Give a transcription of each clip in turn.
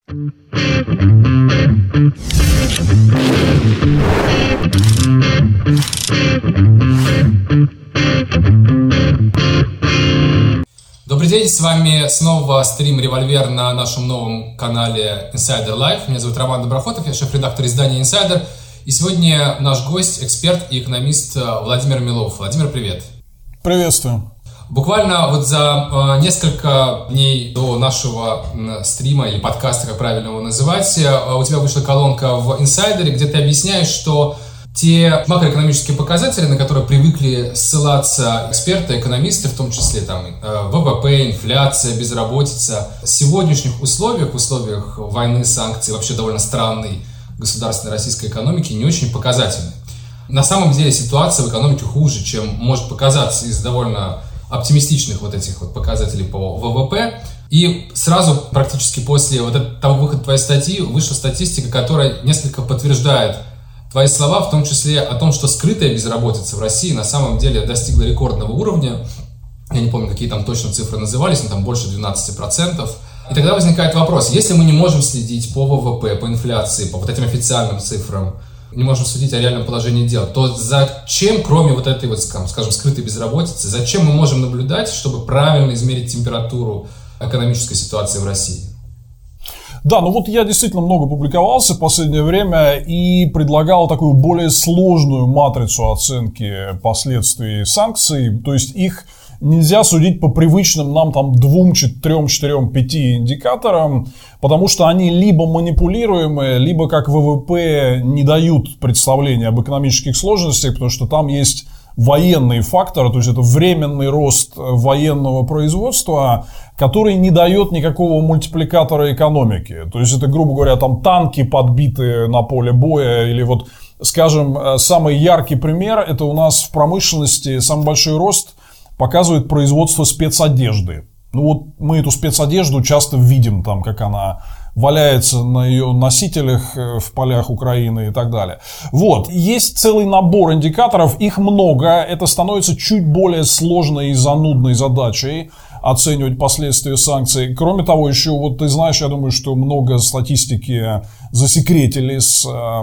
Добрый день, с вами снова стрим «Револьвер» на нашем новом канале Insider Live. Меня зовут Роман Доброхотов, я шеф-редактор издания Insider. И сегодня наш гость, эксперт и экономист Владимир Милов. Владимир, привет. Приветствую. Буквально вот за несколько дней до нашего стрима или подкаста, как правильно его называть, у тебя вышла колонка в Insider, где ты объясняешь, что те макроэкономические показатели, на которые привыкли ссылаться эксперты, экономисты, в том числе там ВВП, инфляция, безработица, в сегодняшних условиях, в условиях войны, санкций, вообще довольно странной государственной российской экономики, не очень показательны. На самом деле ситуация в экономике хуже, чем может показаться из довольно оптимистичных вот этих вот показателей по ВВП. И сразу практически после того выхода твоей статьи вышла статистика, которая несколько подтверждает твои слова, в том числе о том, что скрытая безработица в России на самом деле достигла рекордного уровня. Я не помню, какие там точно цифры назывались, но там больше 12%. И тогда возникает вопрос, если мы не можем следить по ВВП, по инфляции, по вот этим официальным цифрам, не можем судить о реальном положении дел, то зачем, кроме вот этой вот, скажем, скрытой безработицы, зачем мы можем наблюдать, чтобы правильно измерить температуру экономической ситуации в России? Да, ну вот я действительно много публиковался в последнее время и предлагал такую более сложную матрицу оценки последствий санкций, то есть их нельзя судить по привычным нам там 2, 3, 4, 5 индикаторам, потому что они либо манипулируемые, либо как ВВП не дают представления об экономических сложностях, потому что там есть военный фактор, то есть это временный рост военного производства, который не дает никакого мультипликатора экономики. То есть это, грубо говоря, там танки подбитые на поле боя, или вот, скажем, самый яркий пример, это у нас в промышленности самый большой рост показывает производство спецодежды. Ну вот мы эту спецодежду часто видим, там, как она валяется на ее носителях в полях Украины и так далее. Вот. Есть целый набор индикаторов, их много. Это становится чуть более сложной и занудной задачей оценивать последствия санкций. Кроме того, еще, вот ты знаешь, я думаю, что много статистики засекретили с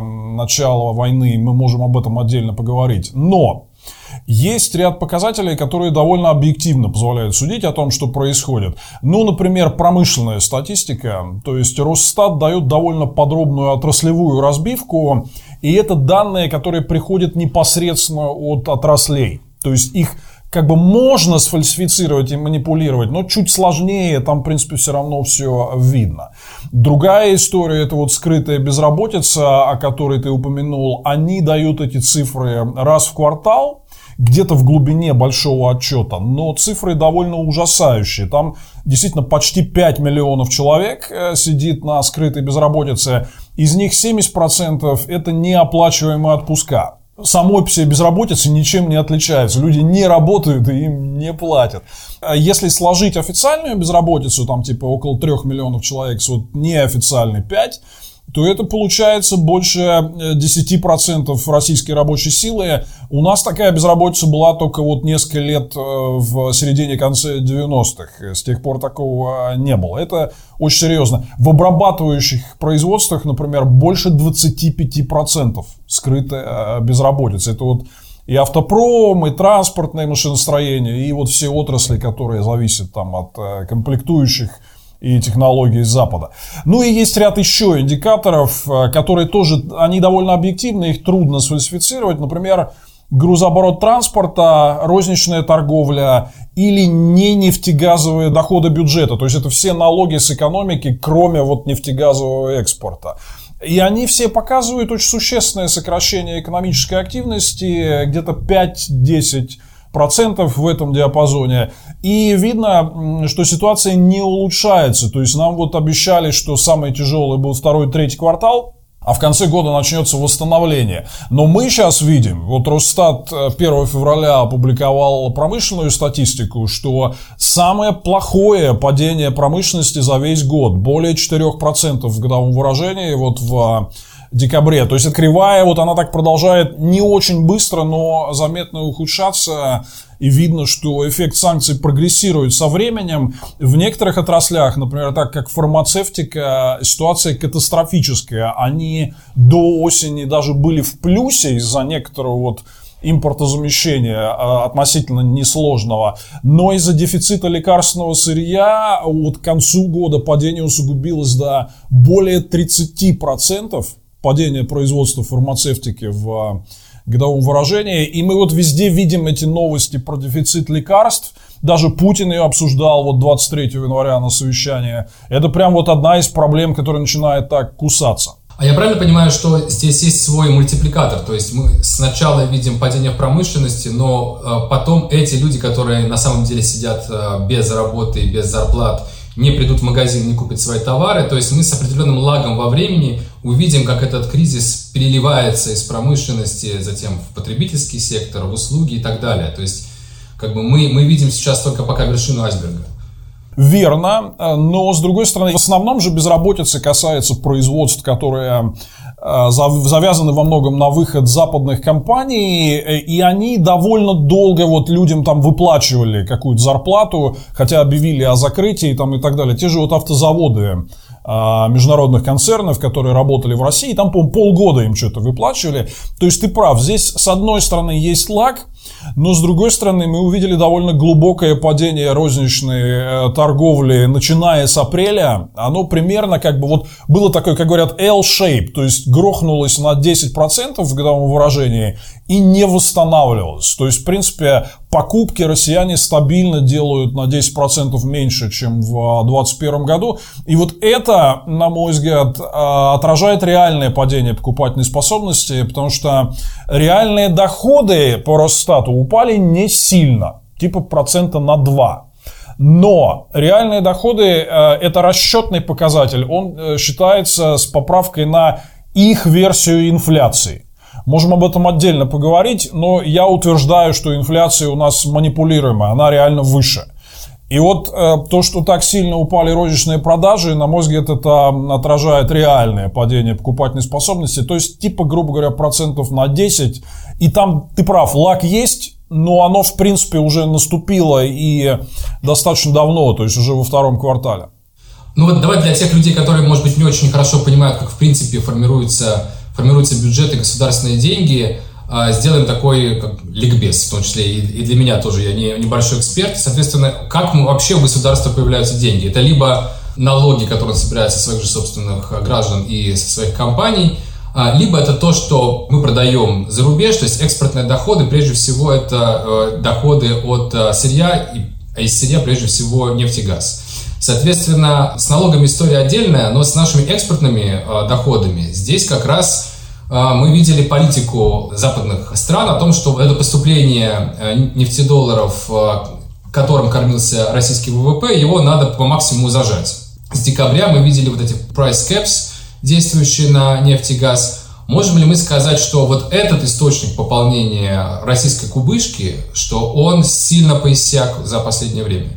начала войны, мы можем об этом отдельно поговорить. Но есть ряд показателей, которые довольно объективно позволяют судить о том, что происходит. Ну, например, промышленная статистика, то есть Росстат дает довольно подробную отраслевую разбивку, и это данные, которые приходят непосредственно от отраслей. То есть их как бы можно сфальсифицировать и манипулировать, но чуть сложнее, там, в принципе, все равно все видно. Другая история, это вот скрытая безработица, о которой ты упомянул, они дают эти цифры раз в квартал, где-то в глубине большого отчета, но цифры довольно ужасающие. Там действительно почти 5 миллионов человек сидит на скрытой безработице, из них 70% это неоплачиваемые отпуска. Самой по себе безработица ничем не отличается. Люди не работают и им не платят. Если сложить официальную безработицу, там типа около 3 миллионов человек, с вот неофициальной 5, то это получается больше 10% российской рабочей силы. У нас такая безработица была только вот несколько лет в середине-конце 90-х. С тех пор такого не было. Это очень серьезно. В обрабатывающих производствах, например, больше 25% скрытая безработица. Это вот и автопром, и транспортное машиностроение, и вот все отрасли, которые зависят там от комплектующих и технологий с Запада. Ну и есть ряд еще индикаторов, которые тоже, они довольно объективны, их трудно сфальсифицировать. Например, грузооборот транспорта, розничная торговля или не нефтегазовые доходы бюджета. То есть это все налоги с экономики, кроме вот нефтегазового экспорта. И они все показывают очень существенное сокращение экономической активности, где-то 5-10% в этом диапазоне. И видно, что ситуация не улучшается. То есть нам вот обещали, что самый тяжелый будет 2-3 квартал, а в конце года начнется восстановление. Но мы сейчас видим, вот Росстат 1 февраля опубликовал промышленную статистику, что самое плохое падение промышленности за весь год, более 4% в годовом выражении, вот в декабре. То есть эта кривая, вот она так продолжает не очень быстро, но заметно ухудшаться. И видно, что эффект санкций прогрессирует со временем. В некоторых отраслях, например, так как фармацевтика, ситуация катастрофическая. Они до осени даже были в плюсе из-за некоторого вот импортозамещения относительно несложного. Но из-за дефицита лекарственного сырья вот к концу года падение усугубилось до более 30%. Падение производства фармацевтики в годовом выражении. И мы вот везде видим эти новости про дефицит лекарств. Даже Путин ее обсуждал вот 23 января на совещании. Это прям вот одна из проблем, которая начинает так кусаться. А я правильно понимаю, что здесь есть свой мультипликатор? То есть мы сначала видим падение в промышленности, но потом эти люди, которые на самом деле сидят без работы и без зарплат, не придут в магазин, не купят свои товары. То есть мы с определенным лагом во времени увидим, как этот кризис переливается из промышленности, затем в потребительский сектор, в услуги и так далее. То есть как бы мы видим сейчас только пока вершину айсберга. Верно, но с другой стороны, в основном же безработица касается производств, которые завязаны во многом на выход западных компаний, и они довольно долго вот людям там выплачивали какую-то зарплату, хотя объявили о закрытии там и так далее. Те же вот автозаводы международных концернов, которые работали в России, там, по-моему, полгода им что-то выплачивали. То есть ты прав, здесь с одной стороны есть лаг, но с другой стороны мы увидели довольно глубокое падение розничной торговли, начиная с апреля. Оно примерно как бы вот было такое, как говорят, L-shape, то есть грохнулось на 10% в годовом выражении и не восстанавливалось. То есть, в принципе, покупки россияне стабильно делают на 10% меньше, чем в 2021 году. И вот это, на мой взгляд, отражает реальное падение покупательной способности, потому что реальные доходы по Росстату упали не сильно, типа 2%. Но реальные доходы – это расчетный показатель, он считается с поправкой на их версию инфляции. Можем об этом отдельно поговорить, но я утверждаю, что инфляция у нас манипулируемая, она реально выше. И вот то, что так сильно упали розничные продажи, на мой взгляд, это отражает реальное падение покупательной способности. То есть, типа, грубо говоря, 10%. И там, ты прав, лаг есть, но оно, в принципе, уже наступило и достаточно давно, то есть уже во втором квартале. Ну вот давай для тех людей, которые, может быть, не очень хорошо понимают, как, в принципе, формируются бюджеты, государственные деньги, сделаем такой как ликбез, в том числе и для меня тоже, я небольшой эксперт. Соответственно, как вообще у государства появляются деньги? Это либо налоги, которые он собирает со своих же собственных граждан и со своих компаний, либо это то, что мы продаем за рубеж, то есть экспортные доходы, прежде всего это доходы от сырья, а из сырья прежде всего нефть и газ. Соответственно, с налогами история отдельная, но с нашими экспортными доходами здесь как раз мы видели политику западных стран о том, что это поступление нефтедолларов, которым кормился российский ВВП, его надо по максимуму зажать. С декабря мы видели вот эти price caps, действующие на нефть и газ. Можем ли мы сказать, что вот этот источник пополнения российской кубышки, что он сильно поиссяк за последнее время?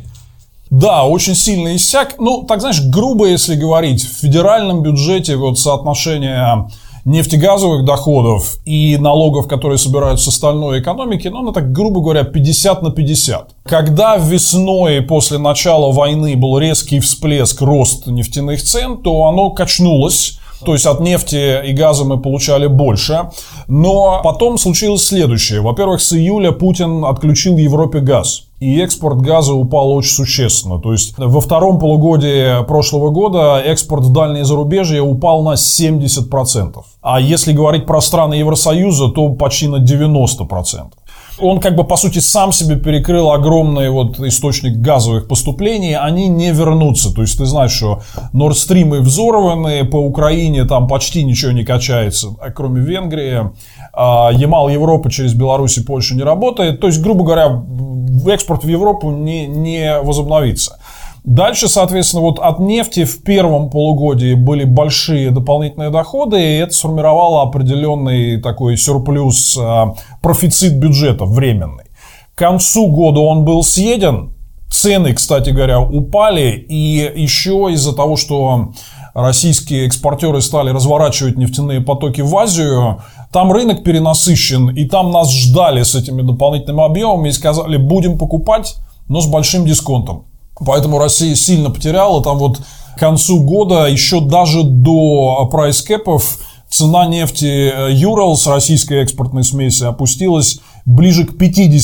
Да, очень сильно иссяк. Ну, так, знаешь, грубо если говорить, в федеральном бюджете вот соотношение нефтегазовых доходов и налогов, которые собирают с остальной экономики, ну, оно так, грубо говоря, 50/50. Когда весной после начала войны был резкий всплеск, рост нефтяных цен, то оно качнулось. То есть от нефти и газа мы получали больше. Но потом случилось следующее. Во-первых, с июля Путин отключил Европе газ. И экспорт газа упал очень существенно. То есть во втором полугодии прошлого года экспорт в дальние зарубежья упал на 70%. А если говорить про страны Евросоюза, то почти на 90%. Он как бы по сути сам себе перекрыл огромный вот источник газовых поступлений, они не вернутся. То есть ты знаешь, что Nord Stream взорваны, по Украине там почти ничего не качается, кроме Венгрии. Ямал Европы через Беларусь и Польшу не работает. То есть, грубо говоря, экспорт в Европу не возобновится. Дальше, соответственно, вот от нефти в первом полугодии были большие дополнительные доходы, и это сформировало определенный такой сюрплюс, профицит бюджета временный. К концу года он был съеден, цены, кстати говоря, упали, и еще из-за того, что российские экспортеры стали разворачивать нефтяные потоки в Азию, там рынок перенасыщен, и там нас ждали с этими дополнительными объемами и сказали, будем покупать, но с большим дисконтом. Поэтому Россия сильно потеряла. Там вот к концу года, еще даже до прайс-кэпов, цена нефти Urals, российской экспортной смеси, опустилась ближе к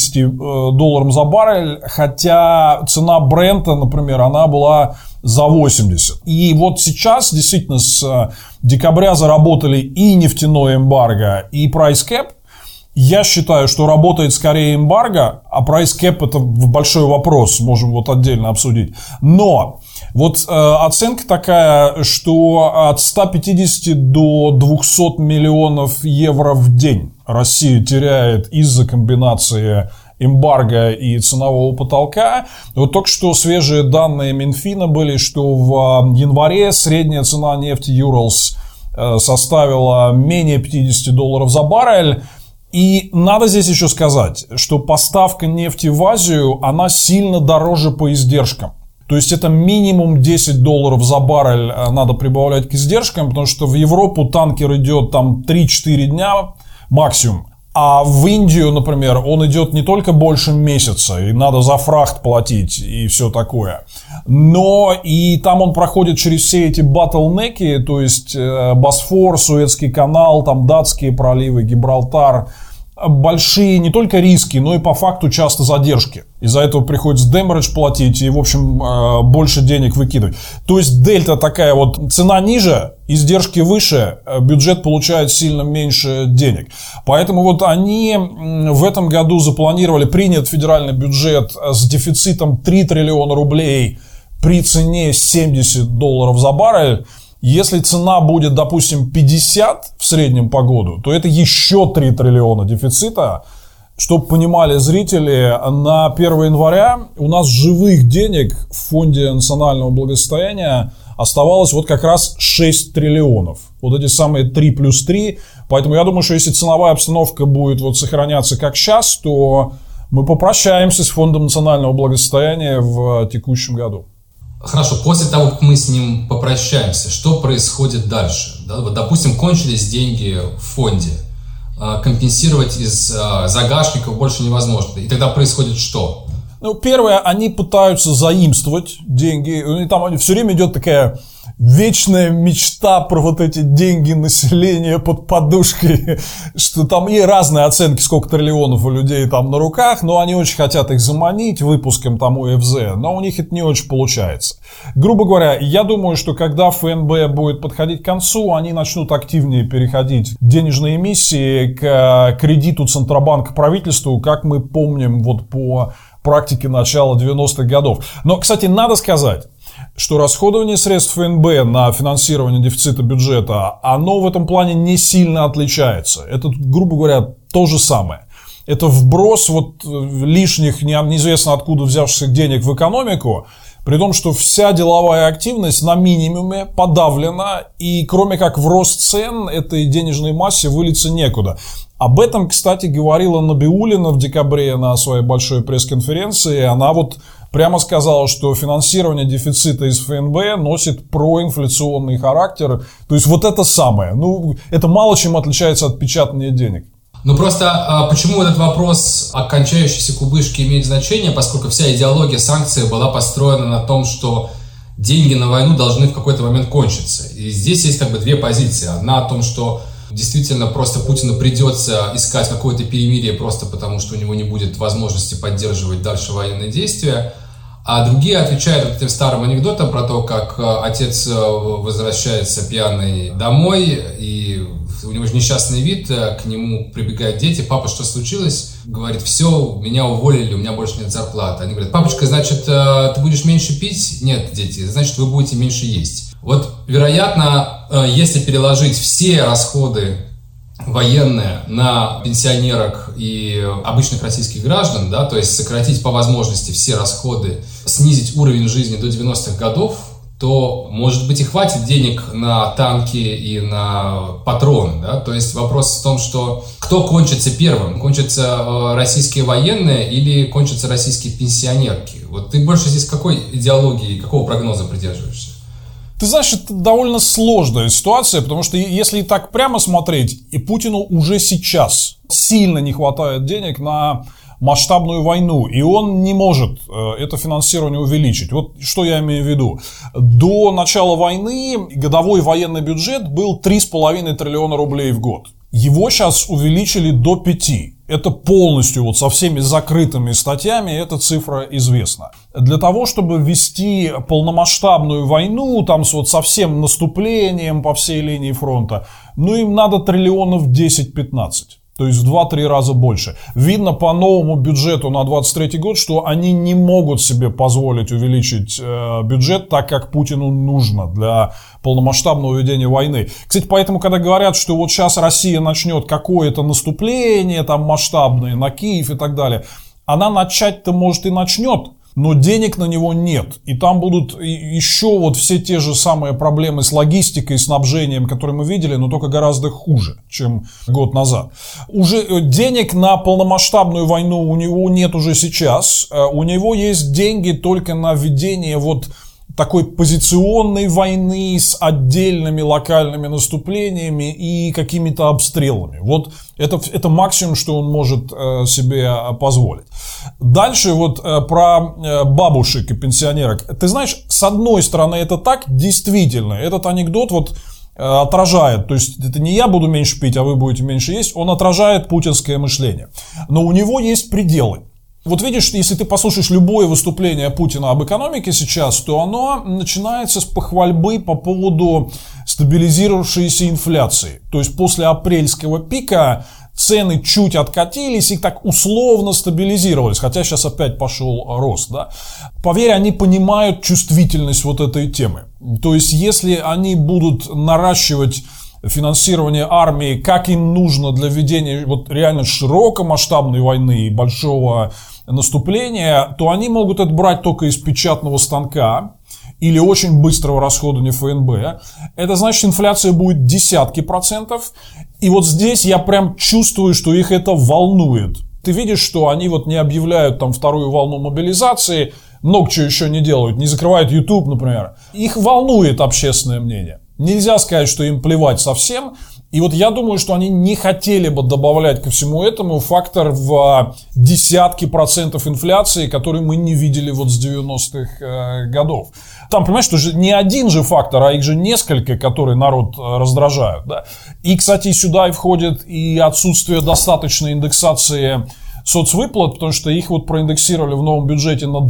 $50 за баррель, хотя цена Брента, например, она была за 80. И вот сейчас действительно с декабря заработали и нефтяное эмбарго, и прайс-кэп. Я считаю, что работает скорее эмбарго, а прайс-кэп это большой вопрос, можем вот отдельно обсудить. Но вот оценка такая, что от 150 до 200 миллионов евро в день Россия теряет из-за комбинации эмбарго и ценового потолка. Вот только что свежие данные Минфина были, что в январе средняя цена нефти Urals составила менее $50 за баррель. И надо здесь еще сказать, что поставка нефти в Азию, она сильно дороже по издержкам. То есть это минимум $10 за баррель надо прибавлять к издержкам, потому что в Европу танкер идет там 3-4 дня максимум. А в Индию, например, он идет не только больше месяца, и надо за фрахт платить и все такое, но и там он проходит через все эти батлнеки, то есть Босфор, Суэцкий канал, там датские проливы, Гибралтар. Большие не только риски, но и по факту часто задержки. Из-за этого приходится демеридж платить и, в общем, больше денег выкидывать. То есть дельта такая вот, цена ниже, издержки выше, бюджет получает сильно меньше денег. Поэтому вот они в этом году запланировали, принят федеральный бюджет с дефицитом 3 триллиона рублей при цене $70 за баррель. Если цена будет, допустим, 50 в среднем по году, то это еще 3 триллиона дефицита. Чтобы понимали зрители, на 1 января у нас живых денег в Фонде национального благосостояния оставалось вот как раз 6 триллионов. Вот эти самые 3 плюс 3. Поэтому я думаю, что если ценовая обстановка будет вот сохраняться как сейчас, то мы попрощаемся с Фондом национального благосостояния в текущем году. Хорошо, после того, как мы с ним попрощаемся, что происходит дальше? Да, вот, допустим, кончились деньги в фонде, компенсировать из загашников больше невозможно. И тогда происходит что? Ну, первое, они пытаются заимствовать деньги. И там все время идет такая вечная мечта про вот эти деньги населения под подушкой, что там и разные оценки, сколько триллионов у людей там на руках, но они очень хотят их заманить выпуском там УФЗ, но у них это не очень получается. Грубо говоря, я думаю, что когда ФНБ будет подходить к концу, они начнут активнее переходить денежные эмиссии к кредиту Центробанка правительству, как мы помним вот по практике начала 90-х годов. Но, кстати, надо сказать, что расходование средств ФНБ на финансирование дефицита бюджета, оно в этом плане не сильно отличается. Это, грубо говоря, то же самое. Это вброс вот лишних, неизвестно откуда взявшихся денег в экономику, при том, что вся деловая активность на минимуме подавлена, и кроме как в рост цен этой денежной массе вылиться некуда. Об этом, кстати, говорила Набиуллина в декабре на своей большой пресс-конференции. Она вот прямо сказала, что финансирование дефицита из ФНБ носит проинфляционный характер. То есть вот это самое. Ну, это мало чем отличается от печатания денег. Ну просто почему этот вопрос о кончающейся кубышке имеет значение, поскольку вся идеология санкций была построена на том, что деньги на войну должны в какой-то момент кончиться. И здесь есть как бы две позиции. Одна о том, что действительно просто Путину придется искать какое-то перемирие просто потому, что у него не будет возможности поддерживать дальше военные действия. А другие отвечают вот этим старым анекдотом про то, как отец возвращается пьяный домой, и у него же несчастный вид, к нему прибегают дети: папа, что случилось? Говорит: все, меня уволили, у меня больше нет зарплаты. Они говорят: папочка, значит, ты будешь меньше пить? Нет, дети, значит, вы будете меньше есть. Вот, вероятно, если переложить все расходы военные на пенсионерок и обычных российских граждан, да, то есть сократить по возможности все расходы, снизить уровень жизни до 90-х годов, то, может быть, и хватит денег на танки и на патроны, да? То есть вопрос в том, что кто кончится первым? Кончатся российские военные или кончатся российские пенсионерки? Вот ты больше здесь какой идеологии, какого прогноза придерживаешься? Ты знаешь, это довольно сложная ситуация, потому что если так прямо смотреть, и Путину уже сейчас сильно не хватает денег на масштабную войну, и он не может это финансирование увеличить. Вот что я имею в виду. До начала войны годовой военный бюджет был 3,5 триллиона рублей в год. Его сейчас увеличили до 5. Это полностью, вот со всеми закрытыми статьями, эта цифра известна. Для того, чтобы вести полномасштабную войну, там со всем наступлением по всей линии фронта, им надо триллионов 10-15. То есть в 2-3 раза больше. Видно по новому бюджету на 2023 год, что они не могут себе позволить увеличить бюджет так, как Путину нужно для полномасштабного ведения войны. Кстати, поэтому, когда говорят, что вот сейчас Россия начнет какое-то наступление там масштабное на Киев и так далее, она начать-то, может, и начнет, но денег на него нет. И там будут еще вот все те же самые проблемы с логистикой, снабжением, которые мы видели, но только гораздо хуже, чем год назад. Уже денег на полномасштабную войну у него нет уже сейчас. У него есть деньги только на ведение вот такой позиционной войны с отдельными локальными наступлениями и какими-то обстрелами. Вот это максимум, что он может себе позволить. Дальше вот про бабушек и пенсионерок. Ты знаешь, с одной стороны это так, действительно, этот анекдот вот отражает, то есть это не я буду меньше пить, а вы будете меньше есть, он отражает путинское мышление. Но у него есть пределы. Вот видишь, если ты послушаешь любое выступление Путина об экономике сейчас, то оно начинается с похвальбы по поводу стабилизировавшейся инфляции. То есть после апрельского пика цены чуть откатились и так условно стабилизировались, хотя сейчас опять пошел рост. Да? Поверь, они понимают чувствительность вот этой темы. То есть если они будут наращивать финансирование армии, как им нужно для ведения вот реально широкомасштабной войны и большого наступления, то они могут это брать только из печатного станка или очень быстрого расходования ФНБ. Это значит, инфляция будет десятки процентов. И вот здесь я прям чувствую, что их это волнует. Ты видишь, что они вот не объявляют там вторую волну мобилизации, много чего еще не делают, не закрывают YouTube, например. Их волнует общественное мнение. Нельзя сказать, что им плевать совсем. И вот я думаю, что они не хотели бы добавлять ко всему этому фактор в десятки процентов инфляции, который мы не видели вот с 90-х годов. Там, понимаешь, что же не один же фактор, а их же несколько, которые народ раздражают. Да? И, кстати, сюда и входит и отсутствие достаточной индексации соцвыплат, потому что их вот проиндексировали в новом бюджете на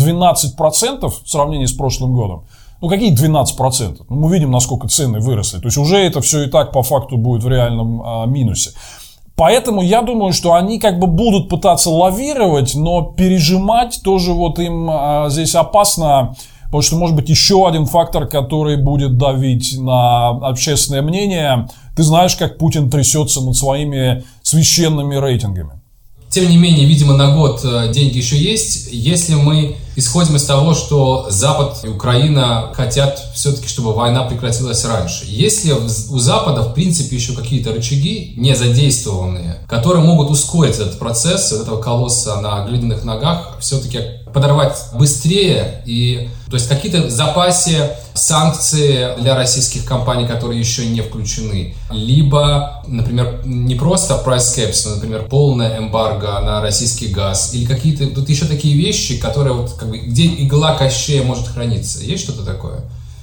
12% в сравнении с прошлым годом. Ну, какие 12%? Ну, мы видим, насколько цены выросли. То есть, уже это все и так по факту будет в реальном минусе. Поэтому я думаю, что они как бы будут пытаться лавировать, но пережимать тоже вот им здесь опасно, потому что может быть еще один фактор, который будет давить на общественное мнение. Ты знаешь, как Путин трясется над своими священными рейтингами. Тем не менее, видимо, на год деньги еще есть. Если мы исходим из того, что Запад и Украина хотят все-таки, чтобы война прекратилась раньше. Если у Запада, в принципе, еще какие-то рычаги не задействованные, которые могут ускорить этот процесс, этого колосса на глиняных ногах, все-таки подорвать быстрее, и, то есть какие-то в запасе санкции для российских компаний, которые еще не включены, либо, например, не просто price caps, но, например, полная эмбарго на российский газ, или какие-то тут еще такие вещи, которые вот как бы, где игла Кощея может храниться. Есть что-то такое?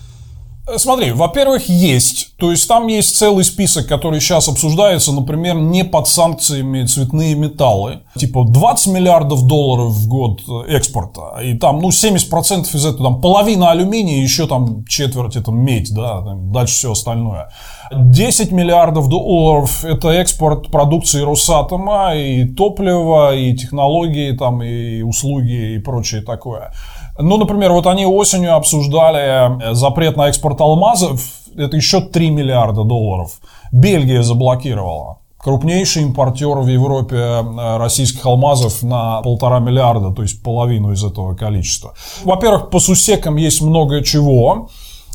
Смотри, во-первых, есть. То есть там есть целый список, который сейчас обсуждается, например, не под санкциями цветные металлы. Типа 20 миллиардов долларов в год экспорта. И там, 70% из этого, там половина алюминия, еще там четверть это медь, да, дальше все остальное. 10 миллиардов долларов это экспорт продукции Росатома, и топлива, и технологии, там, и услуги, и прочее такое. Например, вот они осенью обсуждали запрет на экспорт алмазов, это еще 3 миллиарда долларов. Бельгия заблокировала. Крупнейший импортер в Европе российских алмазов на 1,5 миллиарда, то есть половину из этого количества. Во-первых, по сусекам есть много чего.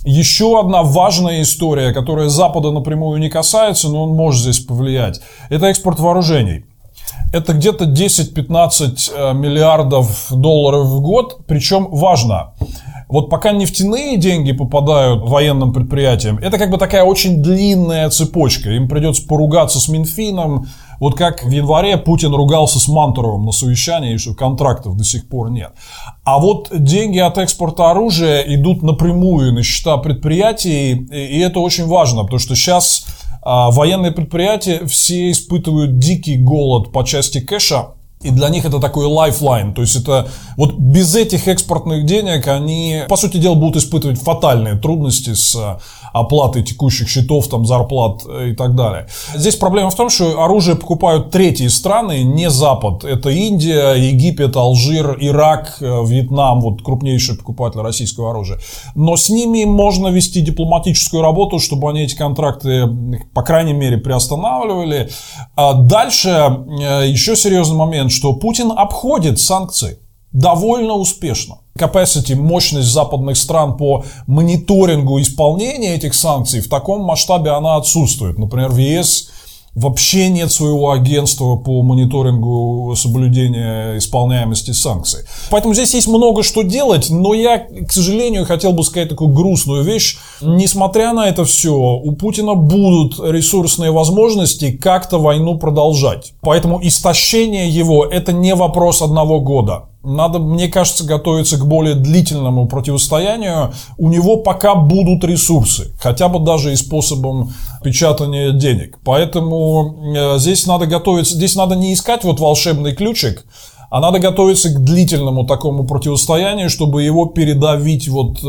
Еще одна важная история, которая Запада напрямую не касается, но он может здесь повлиять, это экспорт вооружений. Это где-то 10-15 миллиардов долларов в год, причем важно, Вот пока нефтяные деньги попадают военным предприятиям, это как бы такая очень длинная цепочка. Им придется поругаться с Минфином. Вот как в январе Путин ругался с Мантуровым на совещании, что контрактов до сих пор нет. А вот деньги от экспорта оружия идут напрямую на счета предприятий, и это очень важно, потому что сейчас военные предприятия все испытывают дикий голод по части кэша. И для них это такой лайфлайн, то есть это вот без этих экспортных денег они, по сути дела, будут испытывать фатальные трудности с оплатой текущих счетов, там, зарплат и так далее. Здесь проблема в том, что оружие покупают третьи страны, не Запад. Это Индия, Египет, Алжир, Ирак, Вьетнам, вот крупнейшие покупатели российского оружия. Но с ними можно вести дипломатическую работу, чтобы они эти контракты, по крайней мере, приостанавливали. А дальше еще серьезный момент, что Путин обходит санкции довольно успешно. Capacity, мощность западных стран по мониторингу исполнения этих санкций в таком масштабе она отсутствует. Например, в ЕС вообще нет своего агентства по мониторингу соблюдения исполняемости санкций. Поэтому здесь есть много что делать, но я, к сожалению, хотел бы сказать такую грустную вещь. Несмотря на это все, у Путина будут ресурсные возможности как-то войну продолжать. Поэтому истощение его – это не вопрос одного года. Надо, мне кажется, готовиться к более длительному противостоянию. У него пока будут ресурсы, хотя бы даже и способом печатания денег. Поэтому здесь надо готовиться, здесь надо не искать вот волшебный ключик, а надо готовиться к длительному такому противостоянию, чтобы его передавить вот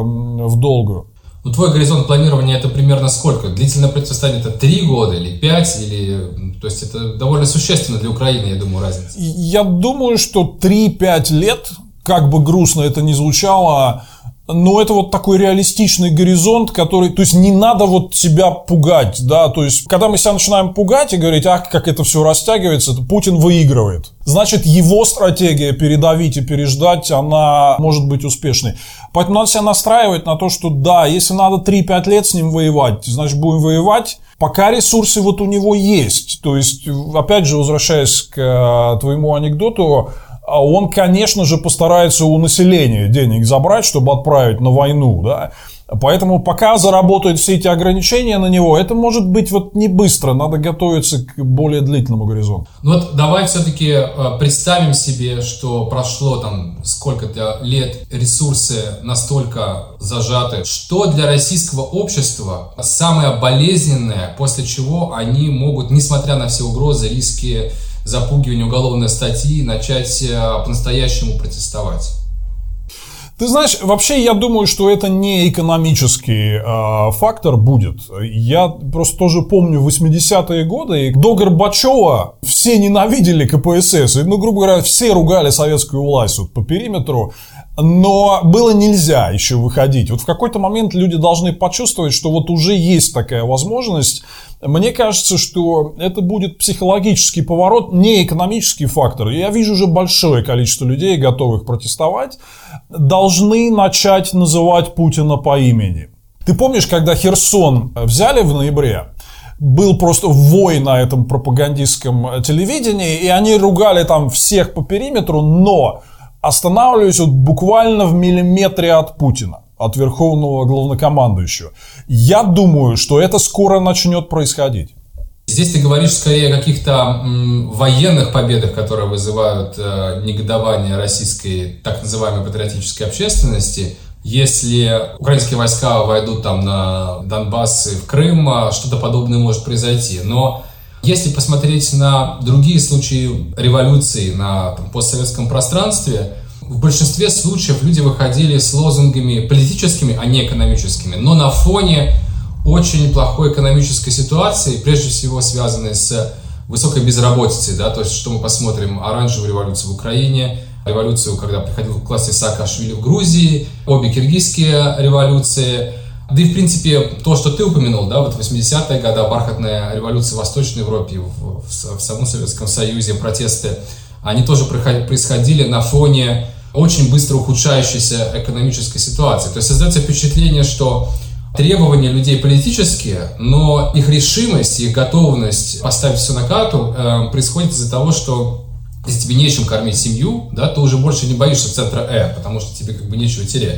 в долгую. Ну, твой горизонт планирования это примерно сколько? Длительное противостояние это 3 года или 5? То есть это довольно существенно для Украины, я думаю, разница. Я думаю, что 3-5 лет, как бы грустно это ни звучало, но это вот такой реалистичный горизонт, который, то есть не надо вот себя пугать, да, то есть когда мы себя начинаем пугать и говорить, ах, как это все растягивается, то Путин выигрывает. Значит, его стратегия передавить и переждать, она может быть успешной. Поэтому надо себя настраивать на то, что да, если надо 3-5 лет с ним воевать, значит, будем воевать, пока ресурсы вот у него есть. То есть, опять же, возвращаясь к твоему анекдоту, он, конечно же, постарается у населения денег забрать, чтобы отправить на войну, да. Поэтому пока заработают все эти ограничения на него, это может быть вот не быстро, надо готовиться к более длительному горизонту. Ну вот давай все-таки представим себе, что прошло там сколько-то лет, ресурсы настолько зажаты, что для российского общества самое болезненное, после чего они могут, несмотря на все угрозы, риски, запугивание, уголовные статьи, начать по-настоящему протестовать? Ты знаешь, вообще я думаю, что это не экономический фактор будет. Я просто тоже помню 80-е годы, и до Горбачева все ненавидели КПСС, и, ну, грубо говоря, все ругали советскую власть вот, по периметру, но было нельзя еще выходить. Вот в какой-то момент люди должны почувствовать, что вот уже есть такая возможность. Мне кажется, что это будет психологический поворот, не экономический фактор. Я вижу уже большое количество людей, готовых протестовать, должны начать называть Путина по имени. Ты помнишь, когда Херсон взяли в ноябре? Был просто вой на этом пропагандистском телевидении, и они ругали там всех по периметру, но останавливались вот буквально в миллиметре от Путина, от верховного главнокомандующего. Я думаю, что это скоро начнет происходить. Здесь ты говоришь скорее о каких-то военных победах, которые вызывают негодование российской так называемой патриотической общественности. Если украинские войска войдут там на Донбасс и в Крым, что-то подобное может произойти. Но если посмотреть на другие случаи революции на постсоветском пространстве, в большинстве случаев люди выходили с лозунгами политическими, а не экономическими, но на фоне очень плохой экономической ситуации, прежде всего связанной с высокой безработицей, да, то есть что мы посмотрим, оранжевую революцию в Украине, революцию, когда приходил к власти Саакашвили в Грузии, обе киргизские революции, да и в принципе то, что ты упомянул, да, вот 80-е годы, бархатная революция в Восточной Европе, в самом Советском Союзе, протесты, они тоже происходили на фоне очень быстро ухудшающейся экономической ситуации. То есть создается впечатление, что требования людей политические, но их решимость, их готовность поставить все на карту происходит из-за того, что если тебе нечем кормить семью, да, ты уже больше не боишься центра потому что тебе как бы нечего терять.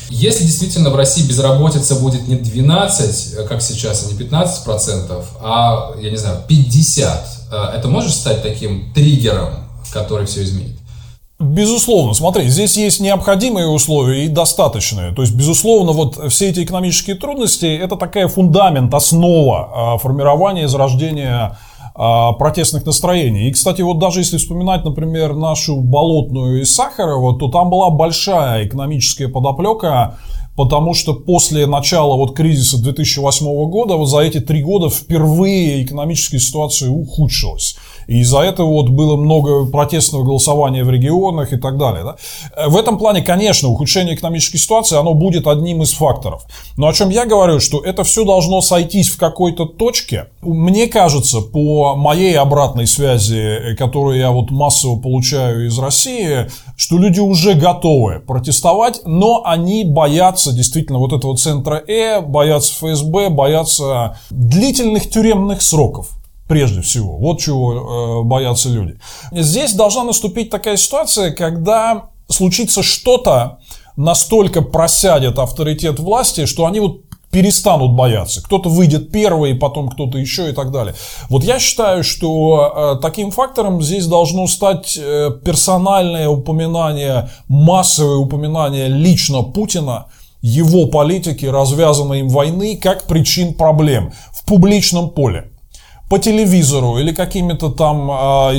Если действительно в России безработица будет не 12, как сейчас, а не 15%, а, я не знаю, 50%, это может стать таким триггером, который все изменит? Безусловно, смотри, здесь есть необходимые условия и достаточные. То есть, безусловно, вот все эти экономические трудности – это такая фундамент, основа формирования и зарождения протестных настроений. И, кстати, вот даже если вспоминать, например, нашу Болотную и Сахарова, то там была большая экономическая подоплека, потому что после начала вот кризиса 2008 года, вот за эти 3 года впервые экономическая ситуация ухудшилась. И из-за этого вот было много протестного голосования в регионах и так далее. Да? В этом плане, конечно, ухудшение экономической ситуации, оно будет одним из факторов. Но о чем я говорю, что это все должно сойтись в какой-то точке. Мне кажется, по моей обратной связи, которую я вот массово получаю из России, что люди уже готовы протестовать, но они боятся действительно вот этого центра боятся ФСБ, боятся длительных тюремных сроков. Прежде всего, вот чего боятся люди. Здесь должна наступить такая ситуация, когда случится что-то, настолько просядет авторитет власти, что они вот перестанут бояться. Кто-то выйдет первый, потом кто-то еще и так далее. Вот я считаю, что таким фактором здесь должно стать персональное упоминание, массовое упоминание лично Путина, его политики, развязанной им войны, как причин проблем в публичном поле. По телевизору или какими-то там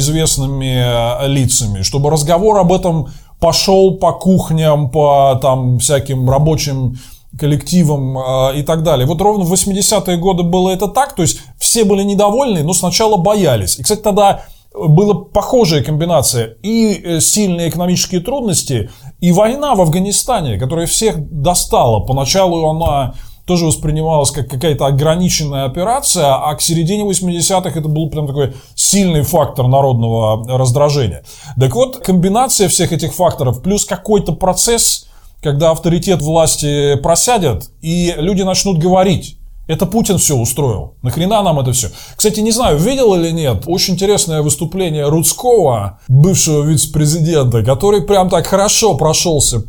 известными лицами, чтобы разговор об этом пошел по кухням, по там всяким рабочим коллективам и так далее. Вот ровно в 80-е годы было это так, то есть все были недовольны, но сначала боялись. И, кстати, тогда была похожая комбинация и сильные экономические трудности, и война в Афганистане, которая всех достала. Поначалу она тоже воспринималась как какая-то ограниченная операция, а к середине 80-х это был прям такой сильный фактор народного раздражения. Так вот, комбинация всех этих факторов плюс какой-то процесс, когда авторитет власти просядет, и люди начнут говорить: это Путин все устроил, нахрена нам это все. Кстати, не знаю, видел или нет, очень интересное выступление Рудского, бывшего вице-президента, который прям так хорошо прошелся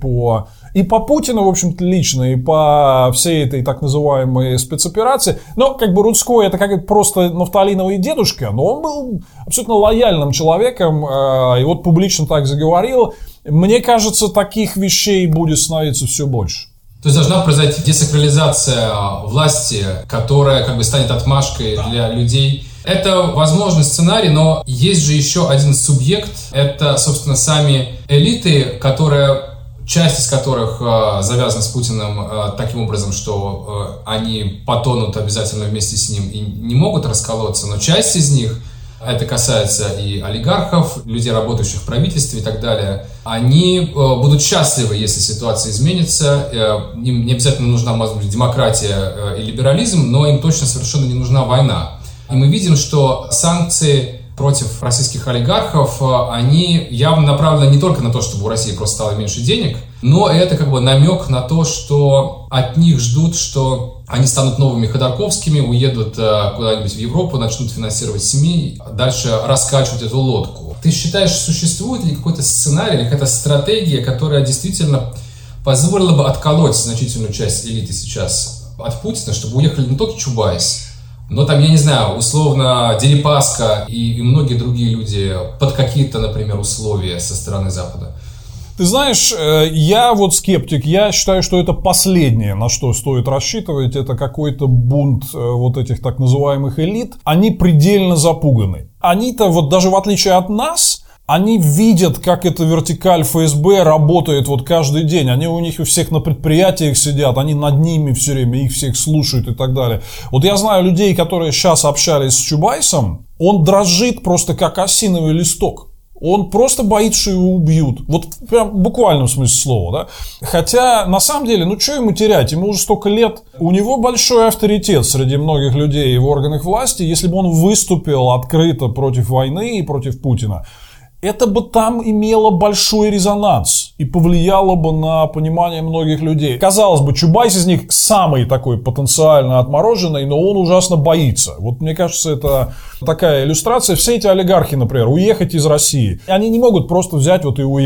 и по Путину, в общем-то, лично, и по всей этой так называемой спецоперации. Но как бы Рудской это как просто нафталиновый дедушка, но он был абсолютно лояльным человеком, и вот публично так заговорил. Мне кажется, таких вещей будет становиться все больше. То есть должна произойти десакрализация власти, которая как бы станет отмашкой для людей. Это возможный сценарий, но есть же еще один субъект. Это, собственно, сами элиты, часть из которых завязана с Путиным таким образом, что они потонут обязательно вместе с ним и не могут расколоться, но часть из них, это касается и олигархов, людей, работающих в правительстве и так далее, они будут счастливы, если ситуация изменится. Им не обязательно нужна, может быть, демократия и либерализм, но им точно совершенно не нужна война. И мы видим, что санкции против российских олигархов, они явно направлены не только на то, чтобы у России просто стало меньше денег, но это как бы намек на то, что от них ждут, что они станут новыми Ходорковскими, уедут куда-нибудь в Европу, начнут финансировать СМИ, дальше раскачивать эту лодку. Ты считаешь, существует ли какой-то сценарий или какая-то стратегия, которая действительно позволила бы отколоть значительную часть элиты сейчас от Путина, чтобы уехали не только Чубайс, но там, я не знаю, условно Дерипаска и многие другие люди под какие-то, например, условия со стороны Запада? Ты знаешь, я вот скептик, я считаю, что это последнее, на что стоит рассчитывать, это какой-то бунт вот этих так называемых элит. Они предельно запуганы. Они-то вот даже в отличие от нас, они видят, как эта вертикаль ФСБ работает вот каждый день. Они у них у всех на предприятиях сидят, они над ними все время, их всех слушают и так далее. Вот я знаю людей, которые сейчас общались с Чубайсом, он дрожит просто как осиновый листок. Он просто боится, что его убьют. Вот прям в буквальном смысле слова, да. Хотя, на самом деле, что ему терять? Ему уже столько лет. У него большой авторитет среди многих людей в органах власти. Если бы он выступил открыто против войны и против Путина, это бы там имело большой резонанс и повлияло бы на понимание многих людей. Казалось бы, Чубайс из них самый такой потенциально отмороженный, но он ужасно боится. Вот мне кажется, это такая иллюстрация. Все эти олигархи, например, уехать из России, они не могут просто взять вот и уехать.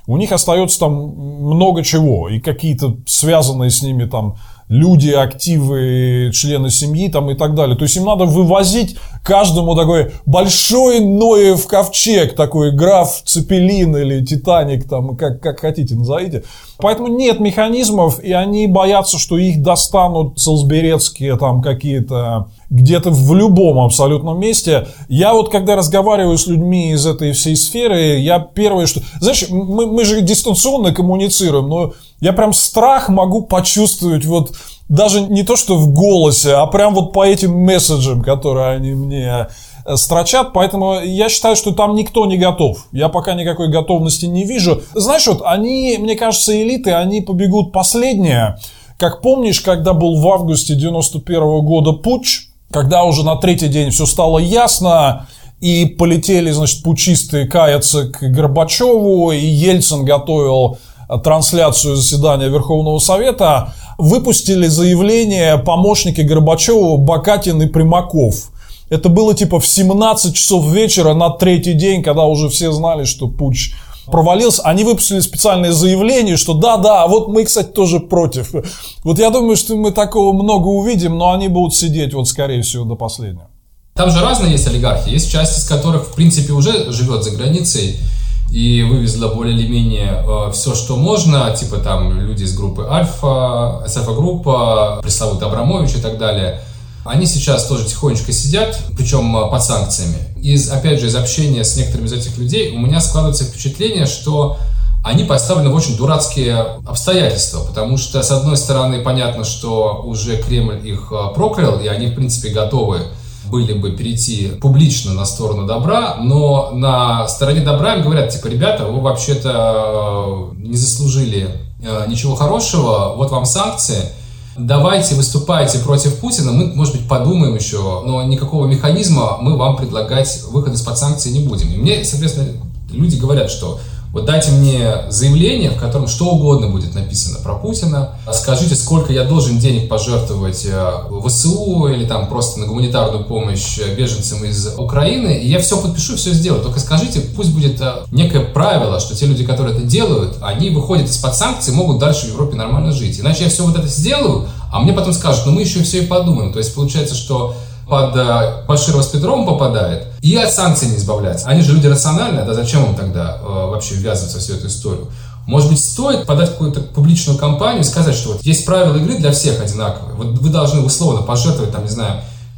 у них остается там много чего, и какие-то связанные с ними там люди, активы, члены семьи там и так далее. То есть им надо вывозить каждому такой большой Ноев ковчег, такой граф Цепелин или Титаник, там, как хотите назовите. Поэтому нет механизмов, и они боятся, что их достанут солсберецкие там какие-то где-то в любом абсолютном месте. Я вот когда разговариваю с людьми из этой всей сферы, я первое, что... Знаешь, мы же дистанционно коммуницируем, но я прям страх могу почувствовать вот даже не то, что в голосе, а прям вот по этим месседжам, которые они мне строчат. Поэтому я считаю, что там никто не готов. Я пока никакой готовности не вижу. Знаешь, вот они, мне кажется, элиты, они побегут последние. Как помнишь, когда был в августе 91 года путч, когда уже на третий день все стало ясно, и полетели, значит, путчисты каяться к Горбачеву, и Ельцин готовил трансляцию заседания Верховного Совета, выпустили заявление помощники Горбачева Бакатин и Примаков. Это было типа в 17 часов вечера на третий день, когда уже все знали, что путч провалился. Они выпустили специальное заявление, что да, вот мы, кстати, тоже против. Вот я думаю, что мы такого много увидим, но они будут сидеть вот, скорее всего, до последнего. Там же разные есть олигархи. Есть часть из которых, в принципе, уже живет за границей и вывезла более или менее все, что можно. Типа там люди из группы Альфа, СФ-группа, пресловутый Абрамович и так далее. Они сейчас тоже тихонечко сидят, причем под санкциями. Опять же, из общения с некоторыми из этих людей у меня складывается впечатление, что они поставлены в очень дурацкие обстоятельства, потому что, с одной стороны, понятно, что уже Кремль их проклял, и они, в принципе, готовы были бы перейти публично на сторону добра, но на стороне добра им говорят, типа, ребята, вы вообще-то не заслужили ничего хорошего, вот вам санкции, давайте выступайте против Путина, мы, может быть, подумаем еще, но никакого механизма мы вам предлагать выход из-под санкций не будем. И мне, соответственно, люди говорят, что вот дайте мне заявление, в котором что угодно будет написано про Путина, скажите, сколько я должен денег пожертвовать в ВСУ или там просто на гуманитарную помощь беженцам из Украины, и я все подпишу, все сделаю. Только скажите, пусть будет некое правило, что те люди, которые это делают, они выходят из-под санкций, могут дальше в Европе нормально жить. Иначе я все вот это сделаю, а мне потом скажут, мы еще все и подумаем. То есть получается, что под Баширова с Петровым попадает и от санкций не избавляется. Они же люди рациональные, да зачем им тогда вообще ввязываться в всю эту историю? Может быть, стоит подать какую-то публичную кампанию и сказать, что вот есть правила игры для всех одинаковые. Вот вы должны условно пожертвовать, там, не знаю,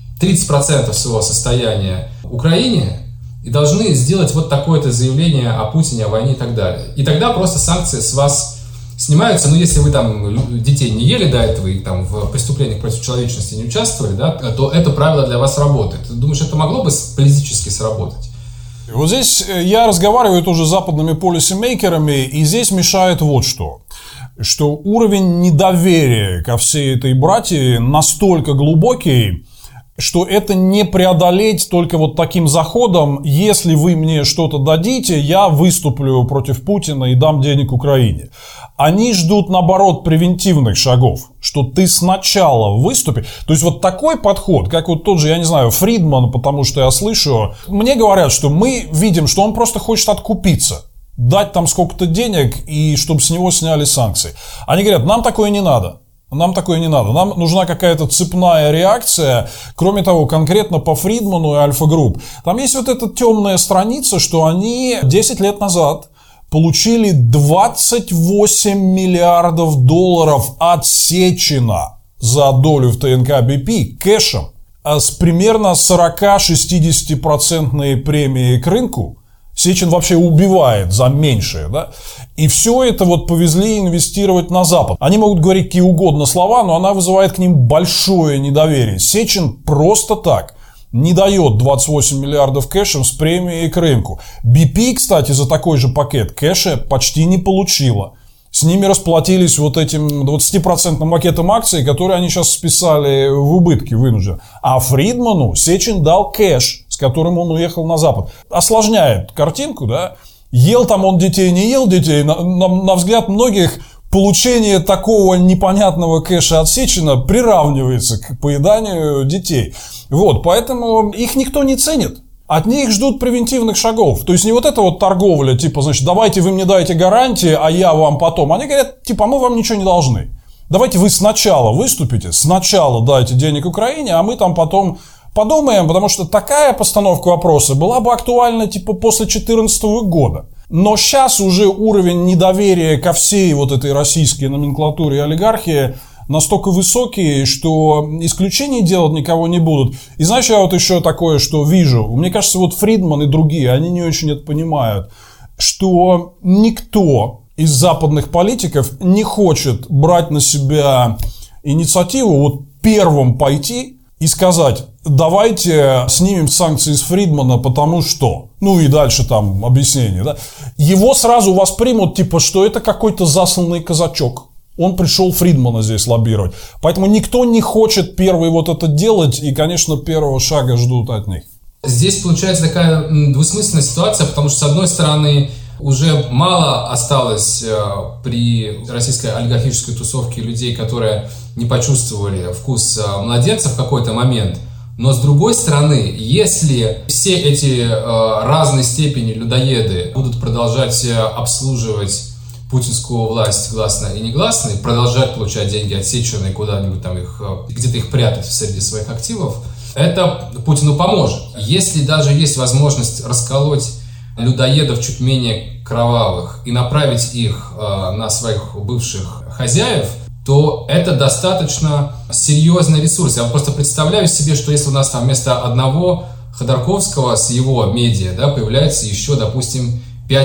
30% своего состояния Украине и должны сделать вот такое-то заявление о Путине, о войне и так далее. И тогда просто санкции с вас снимаются, но если вы там детей не ели до этого и там в преступлениях против человечности не участвовали, да, то это правило для вас работает. Ты думаешь, это могло бы политически сработать? Вот здесь я разговариваю тоже с западными полисимейкерами, и здесь мешает вот что. Что уровень недоверия ко всей этой братье настолько глубокий, что это не преодолеть только вот таким заходом, если вы мне что-то дадите, я выступлю против Путина и дам денег Украине. Они ждут, наоборот, превентивных шагов, что ты сначала выступи. То есть вот такой подход, как вот тот же, я не знаю, Фридман, потому что я слышу, мне говорят, что мы видим, что он просто хочет откупиться, дать там сколько-то денег, и чтобы с него сняли санкции. Они говорят, нам такое не надо. Нам такое не надо. Нам нужна какая-то цепная реакция. Кроме того, конкретно по Фридману и Альфа-Групп. Там есть вот эта темная страница, что они 10 лет назад получили 28 миллиардов долларов от Сечина за долю в ТНК BP кэшем, а с примерно 40-60% премией к рынку. Сечин вообще убивает за меньшее, да? И все это вот повезли инвестировать на Запад. Они могут говорить какие угодно слова, но она вызывает к ним большое недоверие. Сечин просто так не дает 28 миллиардов кэшем с премией к рынку. BP, кстати, за такой же пакет кэша почти не получила. С ними расплатились вот этим 20% пакетом акций, которые они сейчас списали в убытки вынужденно. А Фридману Сечин дал кэш, с которым он уехал на Запад. Осложняет картинку, да? Ел там он детей, не ел детей. На взгляд многих получение такого непонятного кэша от Сечина приравнивается к поеданию детей. Вот, поэтому их никто не ценит. От них ждут превентивных шагов. То есть не вот эта вот торговля, типа, значит, давайте вы мне даете гарантии, а я вам потом. Они говорят, типа, мы вам ничего не должны. Давайте вы сначала выступите, сначала дайте денег Украине, а мы там потом подумаем, потому что такая постановка вопроса была бы актуальна, типа, после 2014 года. Но сейчас уже уровень недоверия ко всей вот этой российской номенклатуре и олигархии настолько высокий, что исключений делать никого не будут. И знаешь, я вот еще такое, что вижу. Мне кажется, вот Фридман и другие, они не очень это понимают, что никто из западных политиков не хочет брать на себя инициативу вот первым пойти и сказать, давайте снимем санкции с Фридмана, потому что... Ну и дальше там объяснение, да. Его сразу воспримут, типа, что это какой-то засланный казачок. Он пришел Фридмана здесь лоббировать. Поэтому никто не хочет первый вот это делать, и, конечно, первого шага ждут от них. Здесь получается такая двусмысленная ситуация, потому что, с одной стороны, уже мало осталось при российской олигархической тусовке людей, которые не почувствовали вкус младенца в какой-то момент. Но, с другой стороны, если все эти разной степени людоеды будут продолжать обслуживать путинскую власть гласно и негласно, и продолжать получать деньги отсеченные куда-нибудь там их, где-то их прятать среди своих активов, это Путину поможет. Если даже есть возможность расколоть людоедов чуть менее кровавых и направить их на своих бывших хозяев, то это достаточно серьезный ресурс. Я просто представляю себе, что если у нас там вместо одного Ходорковского с его медиа, да, появляется еще, допустим,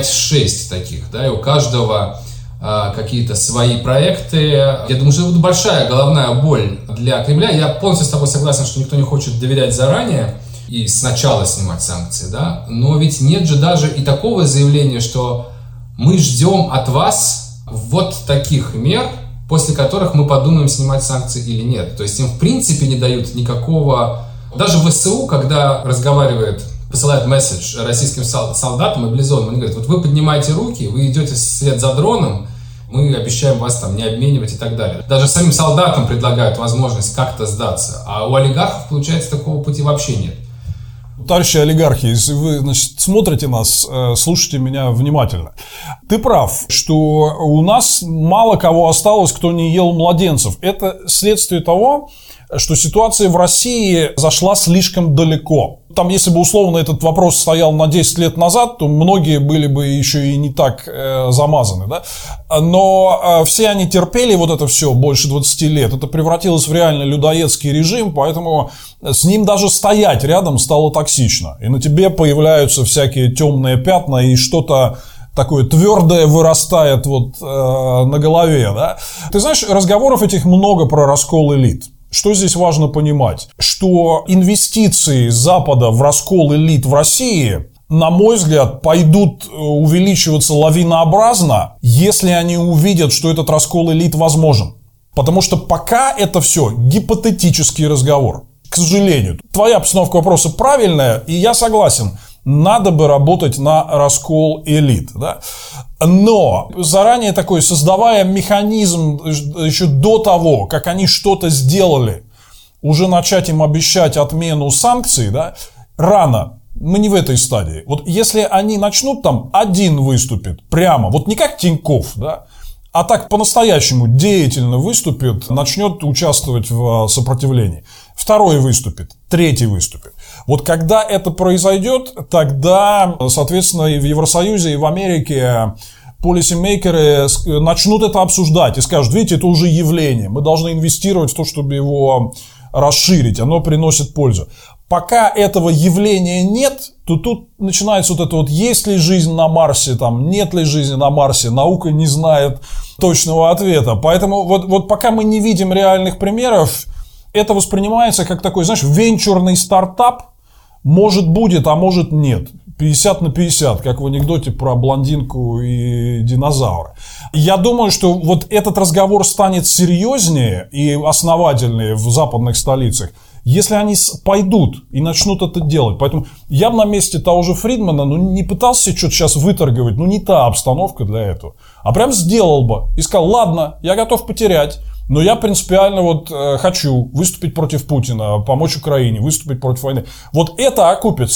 5-6 таких, да, и у каждого какие-то свои проекты. Я думаю, что это будет большая головная боль для Кремля. Я полностью с тобой согласен, что никто не хочет доверять заранее и сначала снимать санкции, да, но ведь нет же даже и такого заявления, что мы ждем от вас вот таких мер, после которых мы подумаем, снимать санкции или нет. То есть им в принципе не дают никакого... Даже ВСУ, когда разговаривает, посылает месседж российским солдатам, мобилизованным, они говорят, вот вы поднимаете руки, вы идете вслед за дроном, мы обещаем вас там не обменивать и так далее. Даже самим солдатам предлагают возможность как-то сдаться, а у олигархов, получается, такого пути вообще нет. Товарищи олигархи, если вы, значит, смотрите нас, слушайте меня внимательно. Ты прав, что у нас мало кого осталось, кто не ел младенцев. Это следствие того, что ситуация в России зашла слишком далеко. Там, если бы условно этот вопрос стоял на 10 лет назад, то многие были бы еще и не так замазаны, да? Но все они терпели вот это все больше 20 лет. Это превратилось в реально людоедский режим, поэтому с ним даже стоять рядом стало токсично. И на тебе появляются всякие темные пятна, и что-то такое твердое вырастает вот на голове, да? Ты знаешь, разговоров этих много про раскол элит. Что здесь важно понимать? Что инвестиции Запада в раскол элит в России, на мой взгляд, пойдут увеличиваться лавинообразно, если они увидят, что этот раскол элит возможен. Потому что пока это все гипотетический разговор. К сожалению, твоя постановка вопроса правильная, и я согласен. Надо бы работать на раскол элит, да? Но заранее такой, создавая механизм еще до того, как они что-то сделали, уже начать им обещать отмену санкций, да, рано. Мы не в этой стадии. Вот если они начнут там, один выступит прямо, вот не как Тинькофф, да, а так по-настоящему деятельно выступит, начнет участвовать в сопротивлении. Второй выступит, третий выступит. Вот когда это произойдет, тогда, соответственно, и в Евросоюзе, и в Америке полисимейкеры начнут это обсуждать и скажут, видите, это уже явление, мы должны инвестировать в то, чтобы его расширить, оно приносит пользу. Пока этого явления нет, то тут начинается вот это вот, есть ли жизнь на Марсе, там, нет ли жизни на Марсе, наука не знает точного ответа. Поэтому вот пока мы не видим реальных примеров, это воспринимается как такой, знаешь, венчурный стартап, может будет, а может нет. 50 на 50, как в анекдоте про блондинку и динозавра. Я думаю, что вот этот разговор станет серьезнее и основательнее в западных столицах, если они пойдут и начнут это делать. Поэтому я бы на месте того же Фридмана не пытался что-то сейчас выторговать, не та обстановка для этого. А прям сделал бы и сказал, ладно, я готов потерять, но я принципиально вот хочу выступить против Путина, помочь Украине, выступить против войны. Вот это окупится.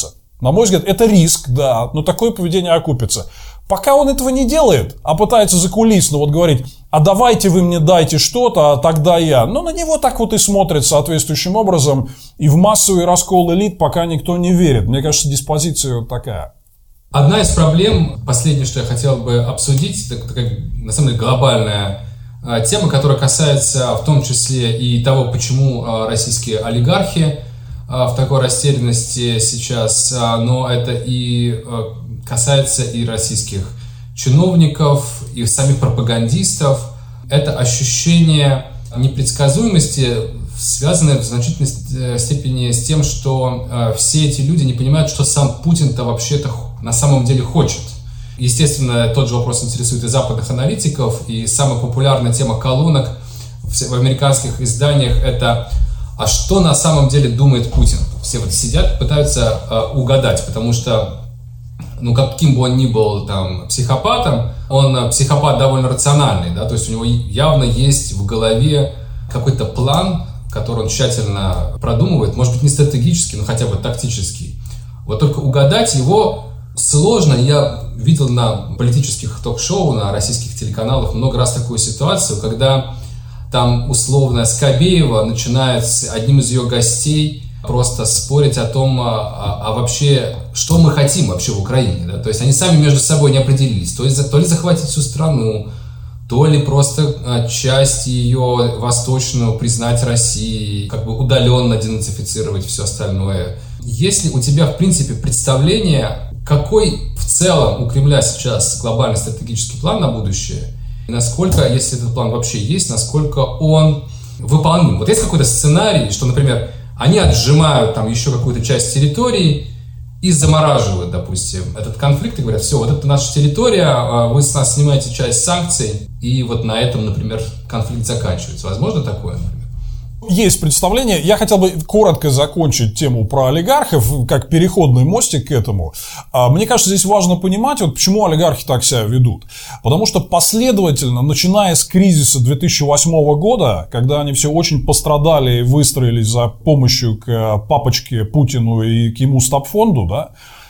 На мой взгляд, это риск, да, но такое поведение окупится. Пока он этого не делает, а пытается закулисно вот говорить, а давайте вы мне дайте что-то, а тогда я. Но на него так вот и смотрят соответствующим образом. И в массовый раскол элит пока никто не верит. Мне кажется, диспозиция вот такая. Одна из проблем, последнее, что я хотел бы обсудить, это такая, на самом деле, глобальная тема, которая касается в том числе и того, почему российские олигархи в такой растерянности сейчас, но это и касается и российских чиновников, и самих пропагандистов. Это ощущение непредсказуемости, связанное в значительной степени с тем, что все эти люди не понимают, что сам Путин-то вообще-то на самом деле хочет. Естественно, тот же вопрос интересует и западных аналитиков, и самая популярная тема колонок в американских изданиях – это «А что на самом деле думает Путин?». Все вот сидят, пытаются угадать, потому что, ну, каким бы он ни был там психопатом, он психопат довольно рациональный, да, то есть у него явно есть в голове какой-то план, который он тщательно продумывает, может быть, не стратегический, но хотя бы тактический. Вот только угадать его сложно. Я видел на политических ток-шоу, на российских телеканалах много раз такую ситуацию, когда там условно Скобеева начинает с одним из ее гостей просто спорить о том, а вообще, что мы хотим вообще в Украине. Да? То есть они сами между собой не определились. То ли захватить всю страну, то ли просто часть ее восточную признать Россией, как бы удаленно денацифицировать все остальное. Есть ли у тебя, в принципе, представление, какой в целом у Кремля сейчас глобальный стратегический план на будущее? И насколько, если этот план вообще есть, насколько он выполним? Вот есть какой-то сценарий, что, например, они отжимают там еще какую-то часть территории и замораживают, допустим, этот конфликт и говорят, все, вот это наша территория, вы с нас снимаете часть санкций, и вот на этом, например, конфликт заканчивается. Возможно такое, например? Есть представление. Я хотел бы коротко закончить тему про олигархов, как переходный мостик к этому. Мне кажется, здесь важно понимать, вот почему олигархи так себя ведут. Потому что последовательно, начиная с кризиса 2008 года, когда они все очень пострадали и выстроились за помощью к папочке Путину и к ему стабфонду, да,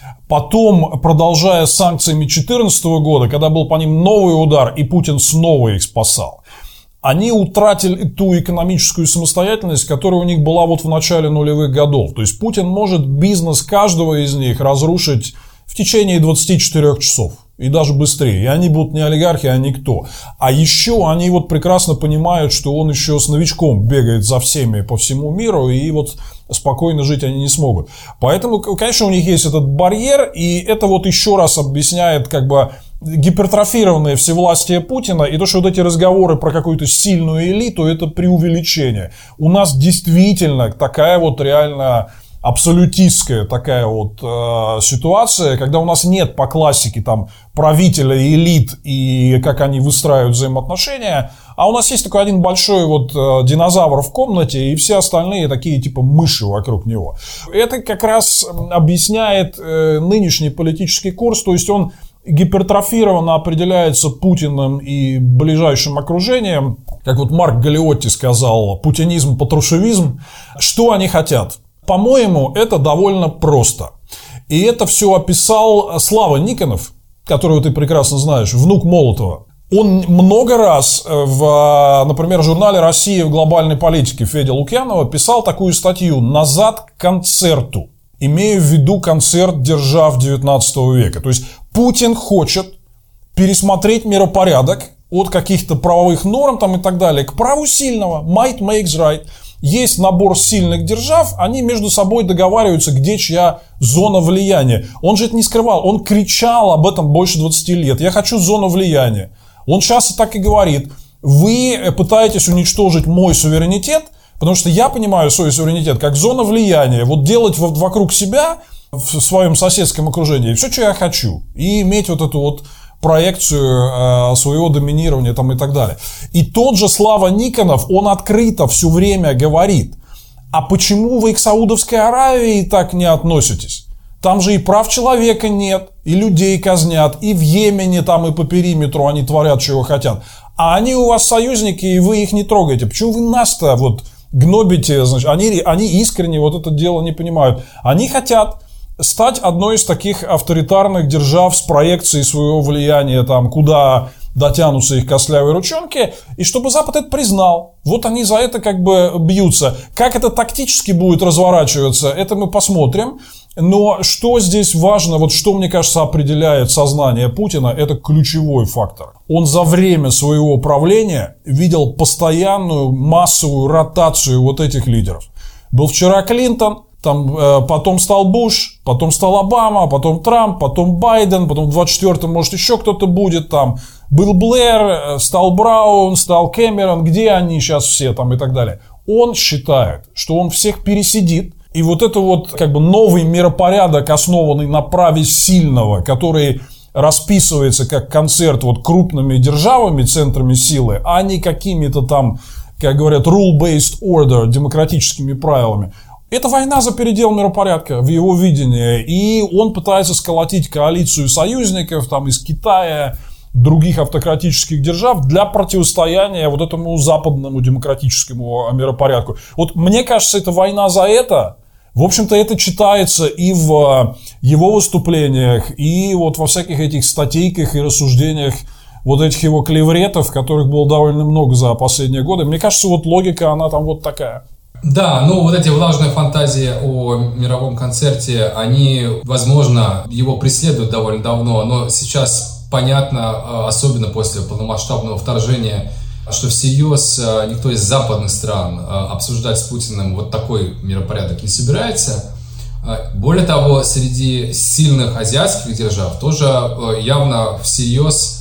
потом, продолжая с санкциями 2014 года, когда был по ним новый удар, и Путин снова их спасал, они утратили ту экономическую самостоятельность, которая у них была вот в начале нулевых годов. То есть Путин может бизнес каждого из них разрушить в течение 24 часов. И даже быстрее. И они будут не олигархи, а никто. А еще они вот прекрасно понимают, что он еще с новичком бегает за всеми по всему миру, и вот спокойно жить они не смогут. Поэтому, конечно, у них есть этот барьер, и это вот еще раз объясняет как бы гипертрофированное всевластие Путина, и то, что вот эти разговоры про какую-то сильную элиту, это преувеличение. У нас действительно такая вот реально абсолютистская такая вот ситуация, когда у нас нет по классике там правителя, элит и как они выстраивают взаимоотношения, а у нас есть такой один большой вот динозавр в комнате и все остальные такие типа мыши вокруг него. Это как раз объясняет нынешний политический курс, то есть он гипертрофированно определяется Путиным и ближайшим окружением, как вот Марк Галиотти сказал, путинизм, патрушевизм. Что они хотят? По-моему, это довольно просто. И это все описал Слава Никонов, которого ты прекрасно знаешь, внук Молотова. Он много раз в, например, журнале «Россия в глобальной политике» Федя Лукьянова писал такую статью «Назад к концерту», имея в виду концерт держав 19 века. То есть Путин хочет пересмотреть миропорядок от каких-то правовых норм там и так далее к праву сильного. Might makes right. Есть набор сильных держав, они между собой договариваются, где чья зона влияния. Он же это не скрывал, он кричал об этом больше 20 лет. Я хочу зону влияния. Он часто так и говорит. Вы пытаетесь уничтожить мой суверенитет, потому что я понимаю свой суверенитет как зона влияния. Вот делать вокруг себя, в своем соседском окружении, все, что я хочу. И иметь вот эту вот проекцию своего доминирования там и так далее. И тот же Слава Никонов, он открыто все время говорит, а почему вы к Саудовской Аравии так не относитесь? Там же и прав человека нет, и людей казнят, и в Йемене там и по периметру они творят, чего хотят. А они у вас союзники, и вы их не трогаете. Почему вы нас-то вот гнобите? Значит, они искренне вот это дело не понимают. Они хотят стать одной из таких авторитарных держав с проекцией своего влияния, там, куда дотянутся их костлявые ручонки, и чтобы Запад это признал. Вот они за это как бы бьются. Как это тактически будет разворачиваться, это мы посмотрим. Но что здесь важно, вот что, мне кажется, определяет сознание Путина, это ключевой фактор. Он за время своего правления видел постоянную массовую ротацию вот этих лидеров. Был вчера Клинтон, потом стал Буш, потом стал Обама, потом Трамп, потом Байден, потом в 24-м, может, еще кто-то будет там. Был Блэр, стал Браун, стал Кэмерон, где они сейчас все там и так далее. Он считает, что он всех пересидит. И вот это вот как бы новый миропорядок, основанный на праве сильного, который расписывается как концерт вот крупными державами, центрами силы, а не какими-то там, как говорят, rule-based order, демократическими правилами. Это война за передел миропорядка в его видении. И он пытается сколотить коалицию союзников там, из Китая, других автократических держав для противостояния вот этому западному демократическому миропорядку. Вот мне кажется, это война за это. В общем-то, это читается и в его выступлениях, и вот во всяких этих статейках и рассуждениях вот этих его клевретов, которых было довольно много за последние годы. Мне кажется, вот логика, она там вот такая. Да, ну вот эти влажные фантазии о мировом концерте, они, возможно, его преследуют довольно давно, но сейчас понятно, особенно после полномасштабного вторжения, что всерьез никто из западных стран обсуждать с Путиным вот такой миропорядок не собирается. Более того, среди сильных азиатских держав тоже явно всерьез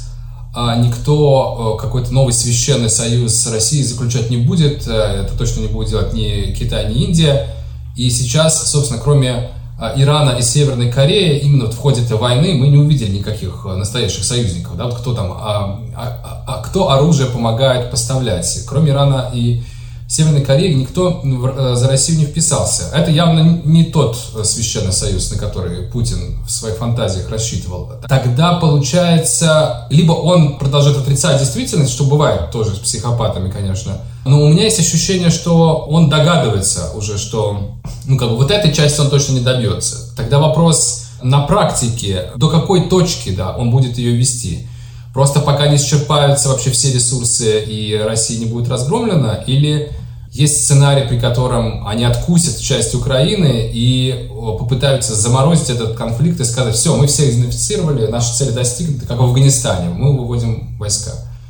никто какой-то новый священный союз с Россией заключать не будет. Это точно не будет делать ни Китай, ни Индия. И сейчас, собственно, кроме Ирана и Северной Кореи, именно в ходе этой войны мы не увидели никаких настоящих союзников. Да? Вот кто там, кто оружие помогает поставлять. Кроме Ирана и Северной Кореи никто за Россию не вписался. Это явно не тот священный союз, на который Путин в своих фантазиях рассчитывал. Тогда получается, либо он продолжает отрицать действительность, что бывает тоже с психопатами, конечно, но у меня есть ощущение, что он догадывается уже, что вот этой части он точно не добьется. Тогда вопрос на практике, до какой точки он будет ее вести. Просто пока не исчерпаются вообще все ресурсы и Россия не будет разгромлена, или есть сценарий, при котором они откусят часть Украины и попытаются заморозить этот конфликт и сказать: все, мы всех идентифицировали, наши цели достигнуты, как в Афганистане, мы выводим войска.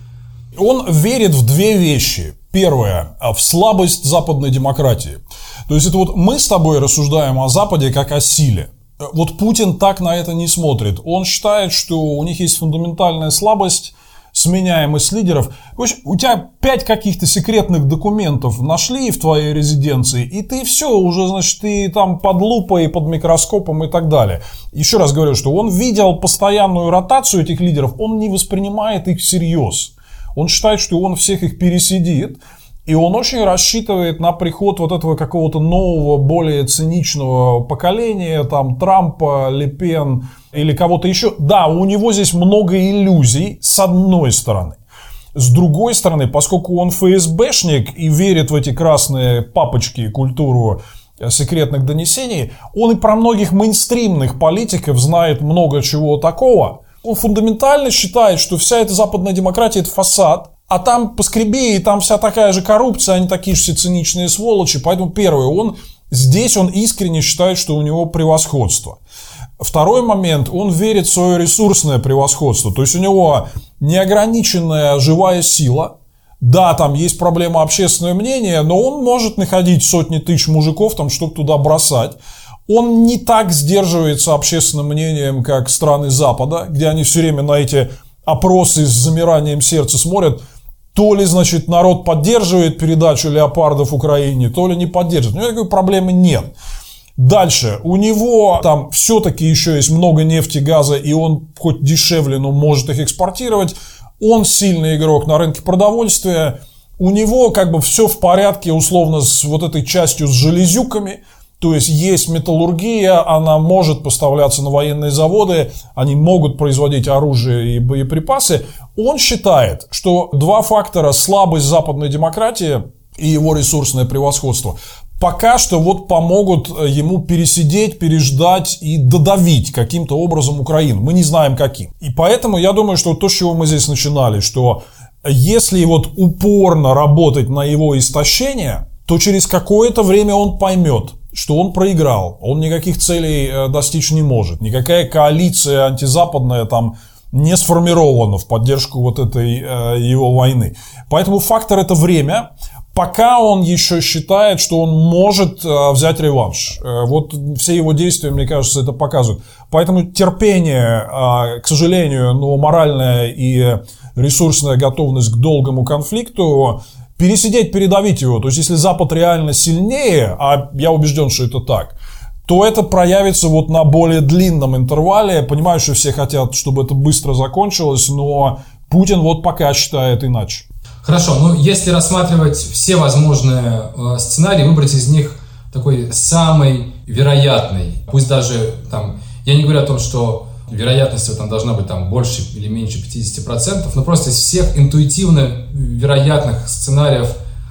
Он верит в две вещи. Первое, в слабость западной демократии. То есть это вот мы с тобой рассуждаем о Западе как о силе. Вот Путин так на это не смотрит. Он считает, что у них есть фундаментальная слабость, сменяемость лидеров. У тебя 5 каких-то секретных документов нашли в твоей резиденции, и ты все, уже, значит, ты там под лупой, под микроскопом и так далее. Еще раз говорю, что он видел постоянную ротацию этих лидеров, он не воспринимает их всерьез. Он считает, что он всех их пересидит. И он очень рассчитывает на приход вот этого какого-то нового, более циничного поколения, там, Трампа, Ле Пен или кого-то еще. Да, у него здесь много иллюзий, с одной стороны. С другой стороны, поскольку он ФСБшник и верит в эти красные папочки, культуру секретных донесений, он и про многих мейнстримных политиков знает много чего такого. Он фундаментально считает, что вся эта западная демократия – это фасад. А там поскреби, и там вся такая же коррупция, они такие же все циничные сволочи. Поэтому первое, здесь он искренне считает, что у него превосходство. Второй момент, он верит в свое ресурсное превосходство. То есть у него неограниченная живая сила. Да, там есть проблема общественного мнения, но он может находить сотни тысяч мужиков, там, чтобы туда бросать. Он не так сдерживается общественным мнением, как страны Запада, где они все время на эти опросы с замиранием сердца смотрят. То ли, значит, народ поддерживает передачу леопардов Украине, то ли не поддерживает. У него такой проблемы нет. Дальше. У него там все-таки еще есть много нефти, газа, и он хоть дешевле, но может их экспортировать. Он сильный игрок на рынке продовольствия. У него как бы все в порядке, условно, с вот этой частью с железюками. То есть металлургия, она может поставляться на военные заводы, они могут производить оружие и боеприпасы. Он считает, что два фактора – слабость западной демократии и его ресурсное превосходство – пока что вот помогут ему пересидеть, переждать и додавить каким-то образом Украину. Мы не знаем каким. И поэтому я думаю, что то, с чего мы здесь начинали, что если вот упорно работать на его истощение, то через какое-то время он поймет, что он проиграл, он никаких целей достичь не может, никакая коалиция антизападная там не сформирована в поддержку вот этой его войны. Поэтому фактор — это время, пока он еще считает, что он может взять реванш. Вот все его действия, мне кажется, это показывают. Поэтому терпение, к сожалению, но моральная и ресурсная готовность к долгому конфликту, пересидеть, передавить его. То есть, если Запад реально сильнее, а я убежден, что это так, то это проявится вот на более длинном интервале. Понимаю, что все хотят, чтобы это быстро закончилось, но Путин вот пока считает иначе. Хорошо, ну если рассматривать все возможные сценарии, выбрать из них такой самый вероятный, пусть даже там, я не говорю о том, что вероятность там должна быть там больше или меньше 50%, но просто из всех интуитивно вероятных сценариев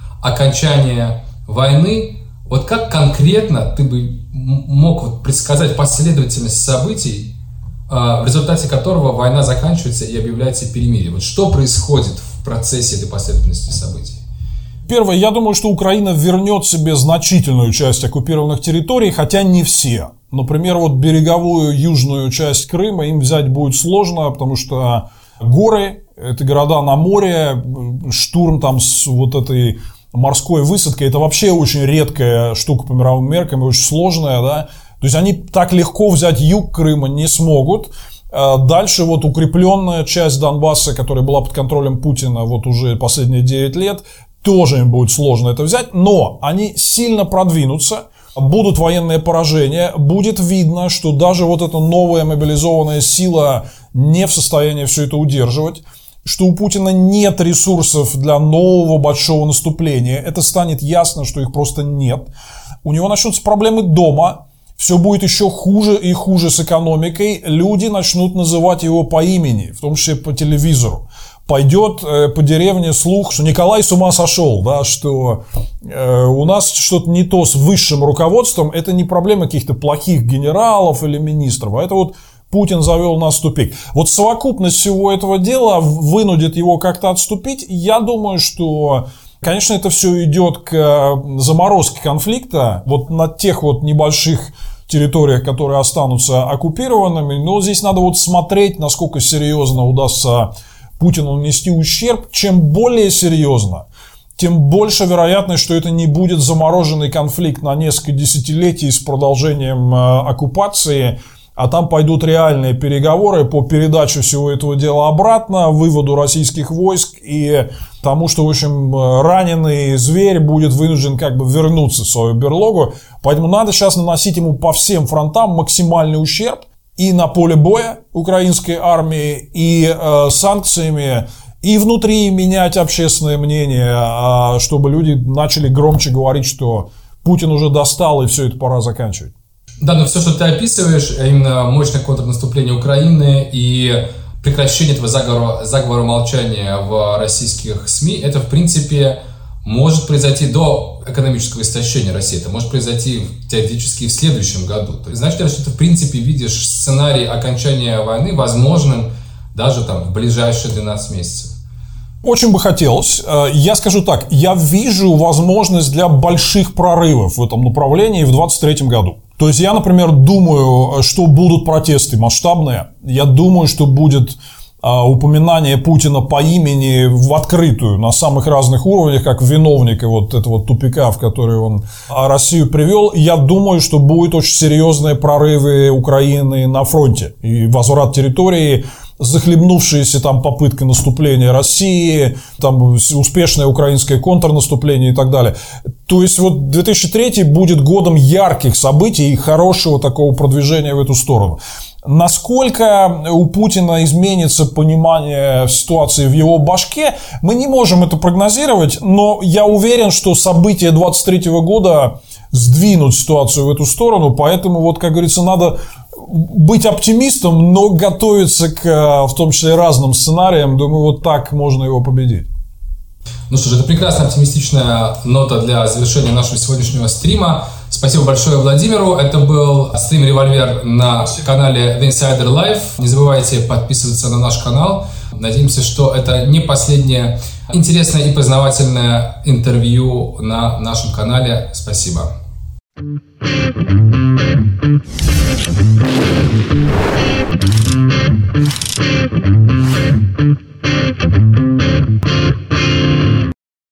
окончания войны, вот как конкретно ты бы мог вот предсказать последовательность событий, в результате которого война заканчивается и объявляется перемирие? Вот что происходит в процессе этой последовательности событий? Первое, я думаю, что Украина вернет себе значительную часть оккупированных территорий, хотя не все. Например, вот береговую южную часть Крыма им взять будет сложно, потому что горы, это города на море, штурм там с вот этой морской высадкой, это вообще очень редкая штука по мировым меркам и очень сложная, да. То есть они так легко взять юг Крыма не смогут. Дальше вот укрепленная часть Донбасса, которая была под контролем Путина вот уже последние 9 лет, тоже им будет сложно это взять, но они сильно продвинутся, будут военные поражения, будет видно, что даже вот эта новая мобилизованная сила не в состоянии все это удерживать, что у Путина нет ресурсов для нового большого наступления, это станет ясно, что их просто нет. У него начнутся проблемы дома, все будет еще хуже и хуже с экономикой, люди начнут называть его по имени, в том числе по телевизору. Пойдет по деревне слух, что Николай с ума сошел, да, что у нас что-то не то с высшим руководством, это не проблема каких-то плохих генералов или министров, а это вот Путин завел нас в тупик. Вот совокупность всего этого дела вынудит его как-то отступить. Я думаю, что, конечно, это все идет к заморозке конфликта, вот на тех вот небольших территориях, которые останутся оккупированными, но здесь надо вот смотреть, насколько серьезно удастся Путину нанести ущерб. Чем более серьезно, тем больше вероятность, что это не будет замороженный конфликт на несколько десятилетий с продолжением оккупации, а там пойдут реальные переговоры по передаче всего этого дела обратно, выводу российских войск и тому, что, в общем, раненый зверь будет вынужден как бы вернуться в свою берлогу. Поэтому надо сейчас наносить ему по всем фронтам максимальный ущерб. И на поле боя украинской армии, и санкциями, и внутри менять общественное мнение, чтобы люди начали громче говорить, что Путин уже достал и все это пора заканчивать. Да, но все, что ты описываешь, а именно мощное контрнаступление Украины и прекращение этого заговора молчания в российских СМИ, это, в принципе, может произойти до экономического истощения России. Это может произойти теоретически в следующем году. То есть, значит, что ты, в принципе, видишь сценарий окончания войны возможным даже там в ближайшие 12 месяцев. Очень бы хотелось. Я скажу так, я вижу возможность для больших прорывов в этом направлении в 2023 году. То есть я, например, думаю, что будут протесты масштабные. Я думаю, что будет упоминание Путина по имени в открытую на самых разных уровнях, как виновника вот этого тупика, в который он Россию привел. Я думаю, что будут очень серьезные прорывы Украины на фронте и возврат территории, захлебнувшиеся там попыткой наступления России, там успешное украинское контрнаступление и так далее. То есть вот 2003 будет годом ярких событий и хорошего такого продвижения в эту сторону. Насколько у Путина изменится понимание ситуации в его башке, мы не можем это прогнозировать, но я уверен, что события 2023 года сдвинут ситуацию в эту сторону, поэтому, вот, как говорится, надо быть оптимистом, но готовиться к, в том числе, разным сценариям. Думаю, вот так можно его победить. Ну что ж, это прекрасная оптимистичная нота для завершения нашего сегодняшнего стрима. Спасибо большое Владимиру. Это был стрим «Револьвер» на канале The Insider Live. Не забывайте подписываться на наш канал. Надеемся, что это не последнее интересное и познавательное интервью на нашем канале. Спасибо. Thank you.